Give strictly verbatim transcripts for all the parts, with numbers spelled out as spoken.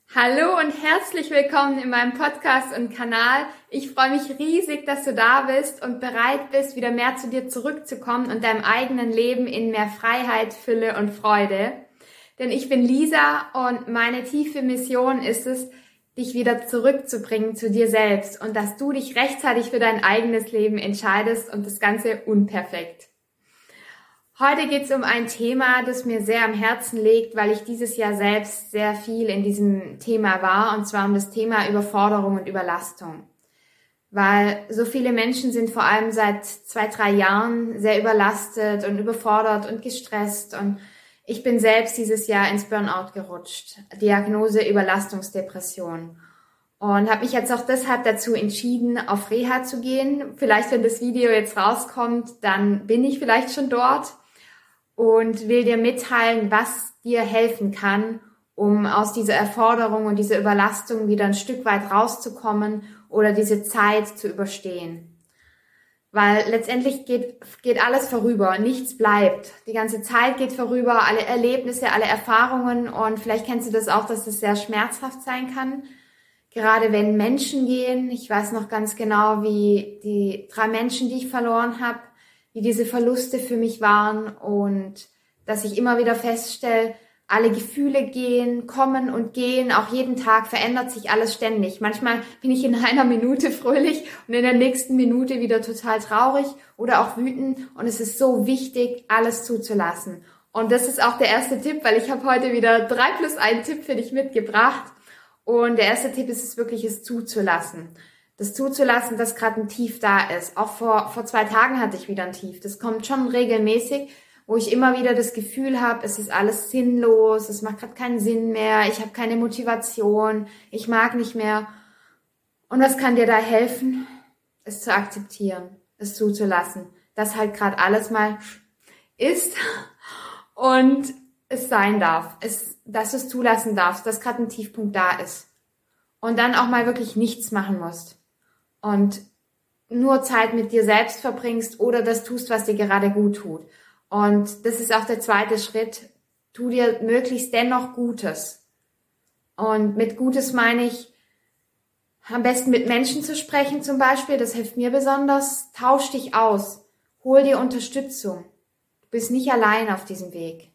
Hallo und herzlich willkommen in meinem Podcast und Kanal. Ich freue mich riesig, dass du da bist und bereit bist, wieder mehr zu dir zurückzukommen und deinem eigenen Leben in mehr Freiheit, Fülle und Freude. Denn ich bin Lisa und meine tiefe Mission ist es, dich wieder zurückzubringen zu dir selbst und dass du dich rechtzeitig für dein eigenes Leben entscheidest und das Ganze unperfekt. Heute geht es um ein Thema, das mir sehr am Herzen liegt, weil ich dieses Jahr selbst sehr viel in diesem Thema war, und zwar um das Thema Überforderung und Überlastung. Weil so viele Menschen sind vor allem seit zwei, drei Jahren sehr überlastet und überfordert und gestresst, und ich bin selbst dieses Jahr ins Burnout gerutscht, Diagnose Überlastungsdepression, und habe mich jetzt auch deshalb dazu entschieden, auf Reha zu gehen. Vielleicht, wenn das Video jetzt rauskommt, dann bin ich vielleicht schon dort. Und will dir mitteilen, was dir helfen kann, um aus dieser Erforderung und dieser Überlastung wieder ein Stück weit rauszukommen oder diese Zeit zu überstehen. Weil letztendlich geht, geht alles vorüber, nichts bleibt. Die ganze Zeit geht vorüber, alle Erlebnisse, alle Erfahrungen, und vielleicht kennst du das auch, dass das sehr schmerzhaft sein kann. Gerade wenn Menschen gehen, ich weiß noch ganz genau, wie die drei Menschen, die ich verloren habe, wie diese Verluste für mich waren, und dass ich immer wieder feststelle, alle Gefühle gehen, kommen und gehen, auch jeden Tag verändert sich alles ständig. Manchmal bin ich in einer Minute fröhlich und in der nächsten Minute wieder total traurig oder auch wütend, und es ist so wichtig, alles zuzulassen. Und das ist auch der erste Tipp, weil ich habe heute wieder drei plus einen Tipp für dich mitgebracht, und der erste Tipp ist es wirklich, es zuzulassen. Das zuzulassen, dass gerade ein Tief da ist. Auch vor vor zwei Tagen hatte ich wieder ein Tief. Das kommt schon regelmäßig, wo ich immer wieder das Gefühl habe, es ist alles sinnlos, es macht gerade keinen Sinn mehr, ich habe keine Motivation, ich mag nicht mehr. Und was kann dir da helfen? Es zu akzeptieren, es zuzulassen, dass halt gerade alles mal ist und es sein darf, es, dass du es zulassen darfst, dass gerade ein Tiefpunkt da ist. Und dann auch mal wirklich nichts machen musst. Und nur Zeit mit dir selbst verbringst oder das tust, was dir gerade gut tut. Und das ist auch der zweite Schritt. Tu dir möglichst dennoch Gutes. Und mit Gutes meine ich, am besten mit Menschen zu sprechen zum Beispiel. Das hilft mir besonders. Tausch dich aus. Hol dir Unterstützung. Du bist nicht allein auf diesem Weg.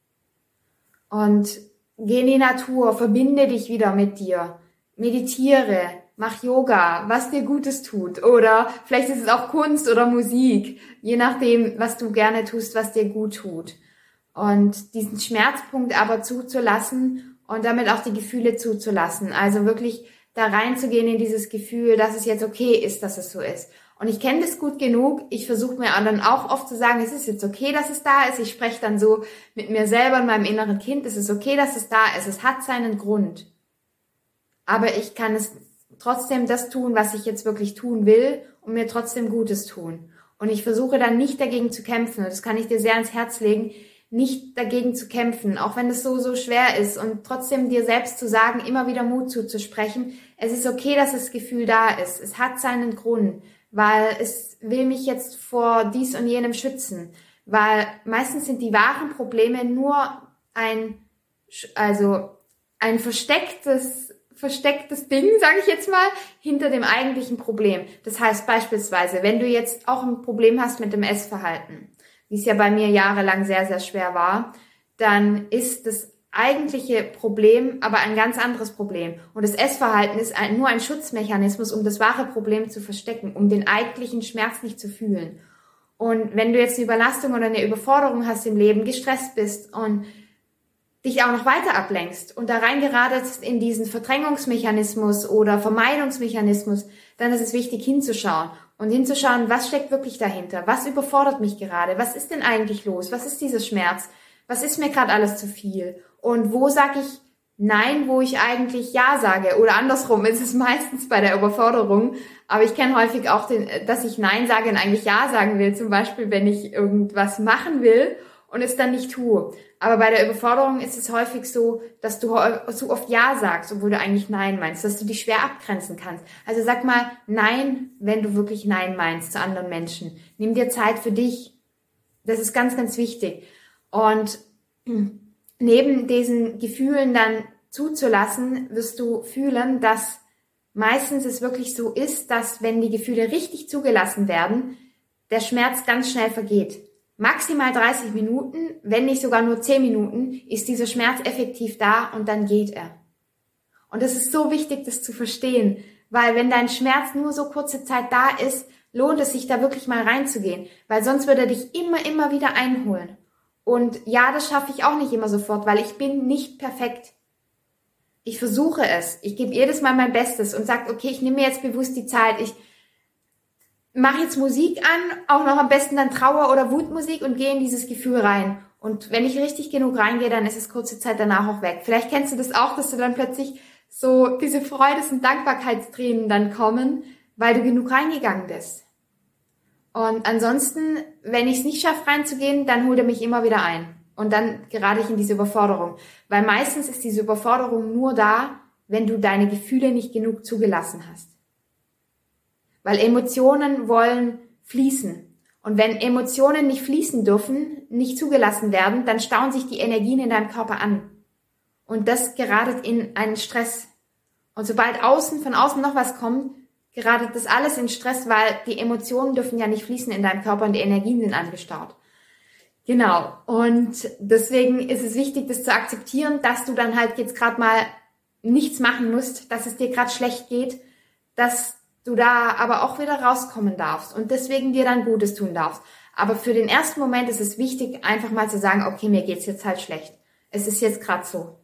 Und geh in die Natur. Verbinde dich wieder mit dir. Meditiere. Mach Yoga, was dir Gutes tut. Oder vielleicht ist es auch Kunst oder Musik, je nachdem, was du gerne tust, was dir gut tut. Und diesen Schmerzpunkt aber zuzulassen und damit auch die Gefühle zuzulassen. Also wirklich da reinzugehen in dieses Gefühl, dass es jetzt okay ist, dass es so ist. Und ich kenne das gut genug. Ich versuche mir dann auch oft zu sagen, es ist jetzt okay, dass es da ist. Ich spreche dann so mit mir selber und meinem inneren Kind, es ist okay, dass es da ist. Es hat seinen Grund. Aber ich kann es trotzdem das tun, was ich jetzt wirklich tun will, und mir trotzdem Gutes tun. Und ich versuche dann nicht dagegen zu kämpfen. Das kann ich dir sehr ans Herz legen, nicht dagegen zu kämpfen, auch wenn es so, so schwer ist, und trotzdem dir selbst zu sagen, immer wieder Mut zuzusprechen. Es ist okay, dass das Gefühl da ist. Es hat seinen Grund, weil es will mich jetzt vor dies und jenem schützen. Weil meistens sind die wahren Probleme nur ein, also ein verstecktes verstecktes Ding, sage ich jetzt mal, hinter dem eigentlichen Problem. Das heißt beispielsweise, wenn du jetzt auch ein Problem hast mit dem Essverhalten, wie es ja bei mir jahrelang sehr, sehr schwer war, dann ist das eigentliche Problem aber ein ganz anderes Problem. Und das Essverhalten ist ein, nur ein Schutzmechanismus, um das wahre Problem zu verstecken, um den eigentlichen Schmerz nicht zu fühlen. Und wenn du jetzt eine Überlastung oder eine Überforderung hast im Leben, gestresst bist und dich auch noch weiter ablenkst und da reingeradest in diesen Verdrängungsmechanismus oder Vermeidungsmechanismus, dann ist es wichtig hinzuschauen und hinzuschauen, was steckt wirklich dahinter, was überfordert mich gerade, was ist denn eigentlich los, was ist dieser Schmerz, was ist mir gerade alles zu viel, und wo sage ich Nein, wo ich eigentlich Ja sage, oder andersrum ist es meistens bei der Überforderung, aber ich kenne häufig auch, den, dass ich Nein sage und eigentlich Ja sagen will, zum Beispiel wenn ich irgendwas machen will und es dann nicht tue. Aber bei der Überforderung ist es häufig so, dass du so oft Ja sagst, obwohl du eigentlich Nein meinst, dass du dich schwer abgrenzen kannst. Also sag mal Nein, wenn du wirklich Nein meinst zu anderen Menschen. Nimm dir Zeit für dich. Das ist ganz, ganz wichtig. Und neben diesen Gefühlen dann zuzulassen, wirst du fühlen, dass meistens es wirklich so ist, dass wenn die Gefühle richtig zugelassen werden, der Schmerz ganz schnell vergeht. Maximal dreißig Minuten, wenn nicht sogar nur zehn Minuten, ist dieser Schmerz effektiv da und dann geht er. Und es ist so wichtig, das zu verstehen, weil wenn dein Schmerz nur so kurze Zeit da ist, lohnt es sich da wirklich mal reinzugehen, weil sonst würde er dich immer, immer wieder einholen. Und ja, das schaffe ich auch nicht immer sofort, weil ich bin nicht perfekt. Ich versuche es. Ich gebe jedes Mal mein Bestes und sage, okay, ich nehme mir jetzt bewusst die Zeit. Ich mache jetzt Musik an, auch noch am besten dann Trauer- oder Wutmusik und gehe in dieses Gefühl rein. Und wenn ich richtig genug reingehe, dann ist es kurze Zeit danach auch weg. Vielleicht kennst du das auch, dass du dann plötzlich so diese Freudes- und Dankbarkeitstränen dann kommen, weil du genug reingegangen bist. Und ansonsten, wenn ich es nicht schaffe reinzugehen, dann holt er mich immer wieder ein. Und dann gerate ich in diese Überforderung. Weil meistens ist diese Überforderung nur da, wenn du deine Gefühle nicht genug zugelassen hast. Weil Emotionen wollen fließen. Und wenn Emotionen nicht fließen dürfen, nicht zugelassen werden, dann stauen sich die Energien in deinem Körper an. Und das geratet in einen Stress. Und sobald außen, von außen noch was kommt, geratet das alles in Stress, weil die Emotionen dürfen ja nicht fließen in deinem Körper und die Energien sind angestaut. Genau. Und deswegen ist es wichtig, das zu akzeptieren, dass du dann halt jetzt gerade mal nichts machen musst, dass es dir gerade schlecht geht, dass du da aber auch wieder rauskommen darfst und deswegen dir dann Gutes tun darfst. Aber für den ersten Moment ist es wichtig, einfach mal zu sagen, okay, mir geht's jetzt halt schlecht. Es ist jetzt gerade so.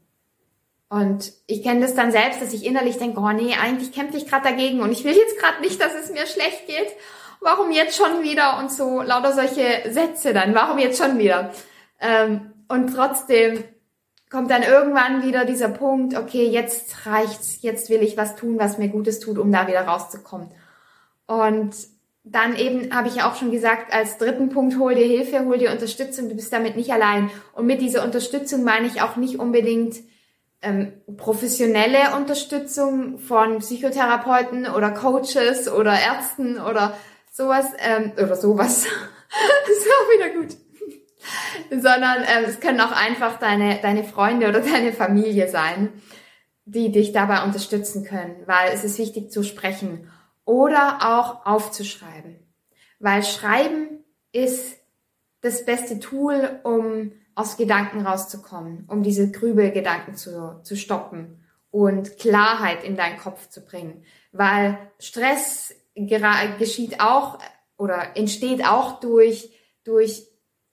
Und ich kenne das dann selbst, dass ich innerlich denke, oh nee, eigentlich kämpfe ich gerade dagegen und ich will jetzt gerade nicht, dass es mir schlecht geht. Warum jetzt schon wieder? Und so lauter solche Sätze dann. Warum jetzt schon wieder? Ähm, und trotzdem kommt dann irgendwann wieder dieser Punkt, okay, jetzt reicht's, jetzt will ich was tun, was mir Gutes tut, um da wieder rauszukommen. Und dann eben habe ich ja auch schon gesagt, als dritten Punkt, hol dir Hilfe, hol dir Unterstützung, du bist damit nicht allein. Und mit dieser Unterstützung meine ich auch nicht unbedingt ähm, professionelle Unterstützung von Psychotherapeuten oder Coaches oder Ärzten oder sowas, ähm, oder sowas. Das ist auch wieder gut. Sondern ähm, es können auch einfach deine, deine Freunde oder deine Familie sein, die dich dabei unterstützen können, weil es ist wichtig zu sprechen oder auch aufzuschreiben. Weil Schreiben ist das beste Tool, um aus Gedanken rauszukommen, um diese Grübelgedanken zu, zu stoppen und Klarheit in deinen Kopf zu bringen. Weil Stress gera- geschieht auch oder entsteht auch durch, durch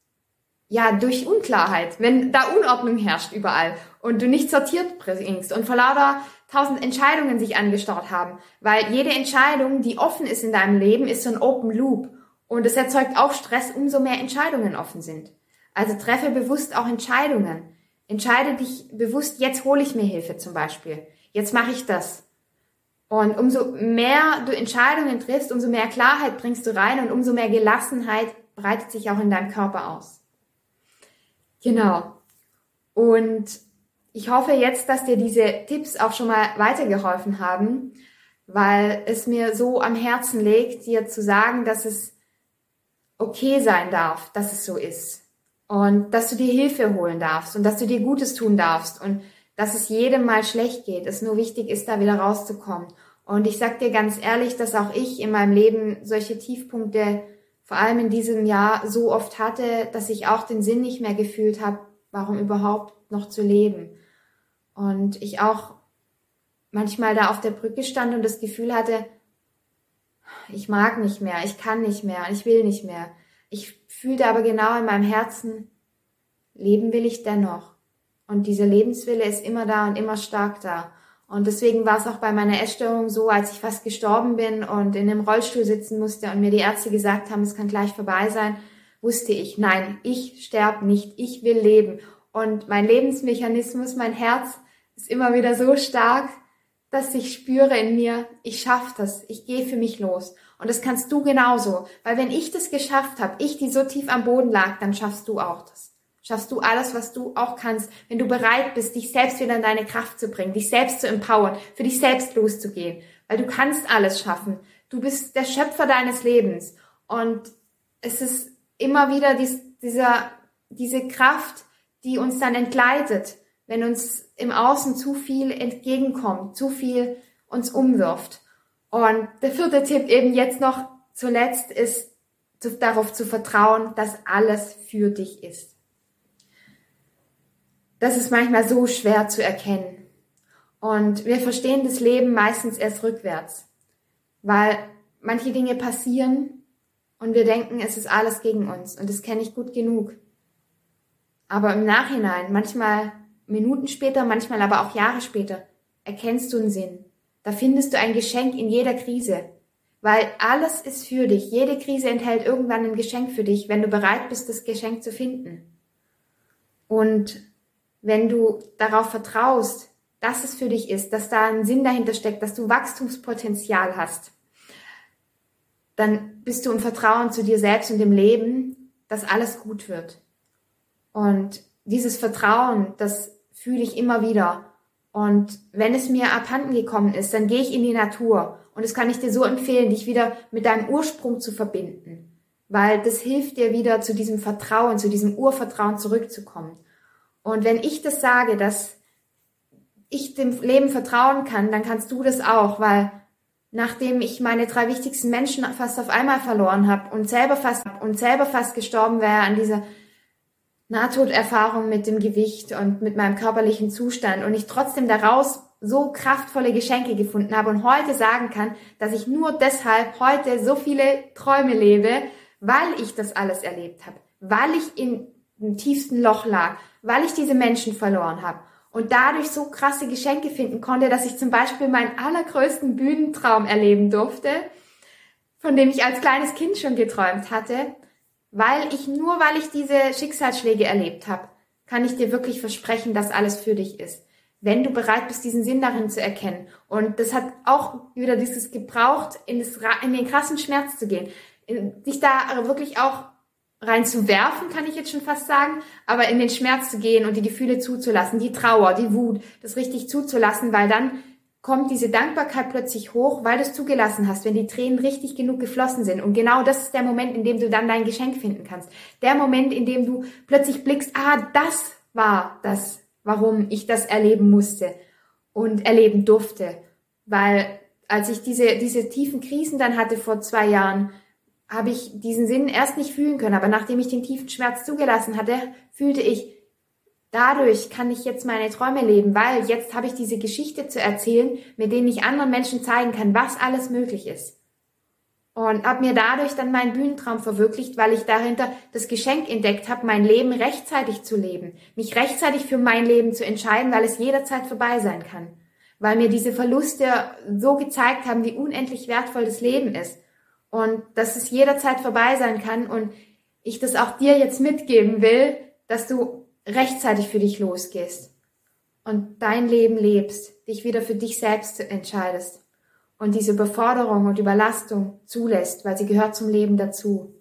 ja, durch Unklarheit, wenn da Unordnung herrscht überall und du nicht sortiert bringst und vor lauter tausend Entscheidungen sich angestaut haben, weil jede Entscheidung, die offen ist in deinem Leben, ist so ein Open Loop und es erzeugt auch Stress, umso mehr Entscheidungen offen sind. Also treffe bewusst auch Entscheidungen. Entscheide dich bewusst, jetzt hole ich mir Hilfe zum Beispiel, jetzt mache ich das. Und umso mehr du Entscheidungen triffst, umso mehr Klarheit bringst du rein und umso mehr Gelassenheit breitet sich auch in deinem Körper aus. Genau. Und ich hoffe jetzt, dass dir diese Tipps auch schon mal weitergeholfen haben, weil es mir so am Herzen liegt, dir zu sagen, dass es okay sein darf, dass es so ist. Und dass du dir Hilfe holen darfst und dass du dir Gutes tun darfst und dass es jedem mal schlecht geht. Es nur wichtig ist, da wieder rauszukommen. Und ich sag dir ganz ehrlich, dass auch ich in meinem Leben solche Tiefpunkte vor allem in diesem Jahr so oft hatte, dass ich auch den Sinn nicht mehr gefühlt habe, warum überhaupt noch zu leben. Und ich auch manchmal da auf der Brücke stand und das Gefühl hatte, ich mag nicht mehr, ich kann nicht mehr, ich will nicht mehr. Ich fühlte aber genau in meinem Herzen, leben will ich dennoch. Und dieser Lebenswille ist immer da und immer stark da. Und deswegen war es auch bei meiner Essstörung so, als ich fast gestorben bin und in einem Rollstuhl sitzen musste und mir die Ärzte gesagt haben, es kann gleich vorbei sein, wusste ich, nein, ich sterbe nicht, ich will leben. Und mein Lebensmechanismus, mein Herz ist immer wieder so stark, dass ich spüre in mir, ich schaffe das, ich gehe für mich los. Und das kannst du genauso, weil wenn ich das geschafft habe, ich, die so tief am Boden lag, dann schaffst du auch das. Schaffst du alles, was du auch kannst, wenn du bereit bist, dich selbst wieder in deine Kraft zu bringen, dich selbst zu empowern, für dich selbst loszugehen. Weil du kannst alles schaffen. Du bist der Schöpfer deines Lebens. Und es ist immer wieder dies, dieser, diese Kraft, die uns dann entgleitet, wenn uns im Außen zu viel entgegenkommt, zu viel uns umwirft. Und der vierte Tipp eben jetzt noch zuletzt ist, darauf zu vertrauen, dass alles für dich ist. Das ist manchmal so schwer zu erkennen. Und wir verstehen das Leben meistens erst rückwärts, weil manche Dinge passieren und wir denken, es ist alles gegen uns und das kenne ich gut genug. Aber im Nachhinein, manchmal Minuten später, manchmal aber auch Jahre später, erkennst du einen Sinn. Da findest du ein Geschenk in jeder Krise, weil alles ist für dich. Jede Krise enthält irgendwann ein Geschenk für dich, wenn du bereit bist, das Geschenk zu finden. Und wenn du darauf vertraust, dass es für dich ist, dass da ein Sinn dahinter steckt, dass du Wachstumspotenzial hast, dann bist du im Vertrauen zu dir selbst und dem Leben, dass alles gut wird. Und dieses Vertrauen, das fühle ich immer wieder. Und wenn es mir abhanden gekommen ist, dann gehe ich in die Natur. Und das kann ich dir so empfehlen, dich wieder mit deinem Ursprung zu verbinden. Weil das hilft dir wieder zu diesem Vertrauen, zu diesem Urvertrauen zurückzukommen. Und wenn ich das sage, dass ich dem Leben vertrauen kann, dann kannst du das auch. Weil nachdem ich meine drei wichtigsten Menschen fast auf einmal verloren habe und selber fast, und selber fast gestorben wäre an dieser Nahtoderfahrung mit dem Gewicht und mit meinem körperlichen Zustand und ich trotzdem daraus so kraftvolle Geschenke gefunden habe und heute sagen kann, dass ich nur deshalb heute so viele Träume lebe, weil ich das alles erlebt habe, weil ich in dem tiefsten Loch lag, weil ich diese Menschen verloren habe und dadurch so krasse Geschenke finden konnte, dass ich zum Beispiel meinen allergrößten Bühnentraum erleben durfte, von dem ich als kleines Kind schon geträumt hatte. Weil ich, nur weil ich diese Schicksalsschläge erlebt habe, kann ich dir wirklich versprechen, dass alles für dich ist. Wenn du bereit bist, diesen Sinn darin zu erkennen. Und das hat auch wieder dieses gebraucht, in, das, in den krassen Schmerz zu gehen. Dich da wirklich auch rein zu werfen, kann ich jetzt schon fast sagen, aber in den Schmerz zu gehen und die Gefühle zuzulassen, die Trauer, die Wut, das richtig zuzulassen, weil dann kommt diese Dankbarkeit plötzlich hoch, weil du es zugelassen hast, wenn die Tränen richtig genug geflossen sind. Und genau das ist der Moment, in dem du dann dein Geschenk finden kannst. Der Moment, in dem du plötzlich blickst, ah, das war das, warum ich das erleben musste und erleben durfte. Weil als ich diese, diese tiefen Krisen dann hatte vor zwei Jahren, habe ich diesen Sinn erst nicht fühlen können. Aber nachdem ich den tiefen Schmerz zugelassen hatte, fühlte ich, dadurch kann ich jetzt meine Träume leben, weil jetzt habe ich diese Geschichte zu erzählen, mit denen ich anderen Menschen zeigen kann, was alles möglich ist. Und habe mir dadurch dann meinen Bühnentraum verwirklicht, weil ich dahinter das Geschenk entdeckt habe, mein Leben rechtzeitig zu leben, mich rechtzeitig für mein Leben zu entscheiden, weil es jederzeit vorbei sein kann. Weil mir diese Verluste so gezeigt haben, wie unendlich wertvoll das Leben ist. Und dass es jederzeit vorbei sein kann und ich das auch dir jetzt mitgeben will, dass du rechtzeitig für dich losgehst und dein Leben lebst, dich wieder für dich selbst entscheidest und diese Überforderung und Überlastung zulässt, weil sie gehört zum Leben dazu.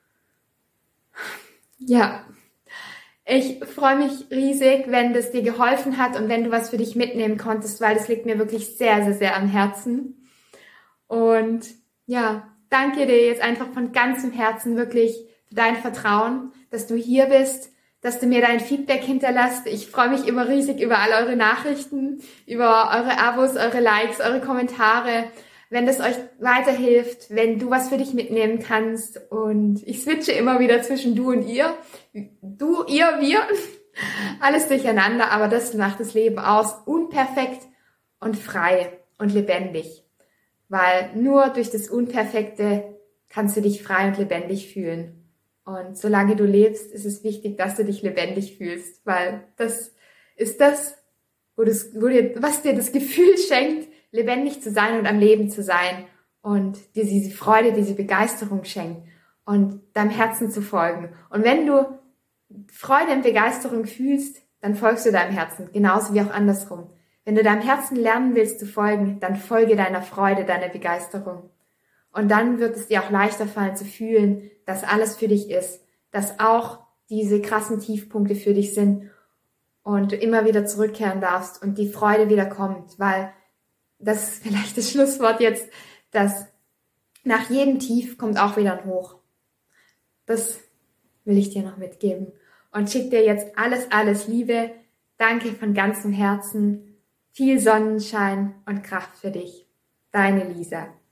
Ja, ich freue mich riesig, wenn das dir geholfen hat und wenn du was für dich mitnehmen konntest, weil das liegt mir wirklich sehr, sehr, sehr am Herzen. Und ja, danke dir jetzt einfach von ganzem Herzen wirklich für dein Vertrauen, dass du hier bist, dass du mir dein Feedback hinterlässt. Ich freue mich immer riesig über all eure Nachrichten, über eure Abos, eure Likes, eure Kommentare, wenn das euch weiterhilft, wenn du was für dich mitnehmen kannst. Und ich switche immer wieder zwischen du und ihr. Du, ihr, wir. Alles durcheinander, aber das macht das Leben aus. Unperfekt und frei und lebendig. Weil nur durch das Unperfekte kannst du dich frei und lebendig fühlen. Und solange du lebst, ist es wichtig, dass du dich lebendig fühlst, weil das ist das, wo das, wo dir, was dir das Gefühl schenkt, lebendig zu sein und am Leben zu sein und dir diese Freude, diese Begeisterung schenkt und deinem Herzen zu folgen. Und wenn du Freude und Begeisterung fühlst, dann folgst du deinem Herzen, genauso wie auch andersrum. Wenn du deinem Herzen lernen willst zu folgen, dann folge deiner Freude, deiner Begeisterung. Und dann wird es dir auch leichter fallen zu fühlen, dass alles für dich ist, dass auch diese krassen Tiefpunkte für dich sind und du immer wieder zurückkehren darfst und die Freude wieder kommt, weil das ist vielleicht das Schlusswort jetzt, dass nach jedem Tief kommt auch wieder ein Hoch. Das will ich dir noch mitgeben und schick dir jetzt alles, alles Liebe, Danke von ganzem Herzen. Viel Sonnenschein und Kraft für dich. Deine Lisa.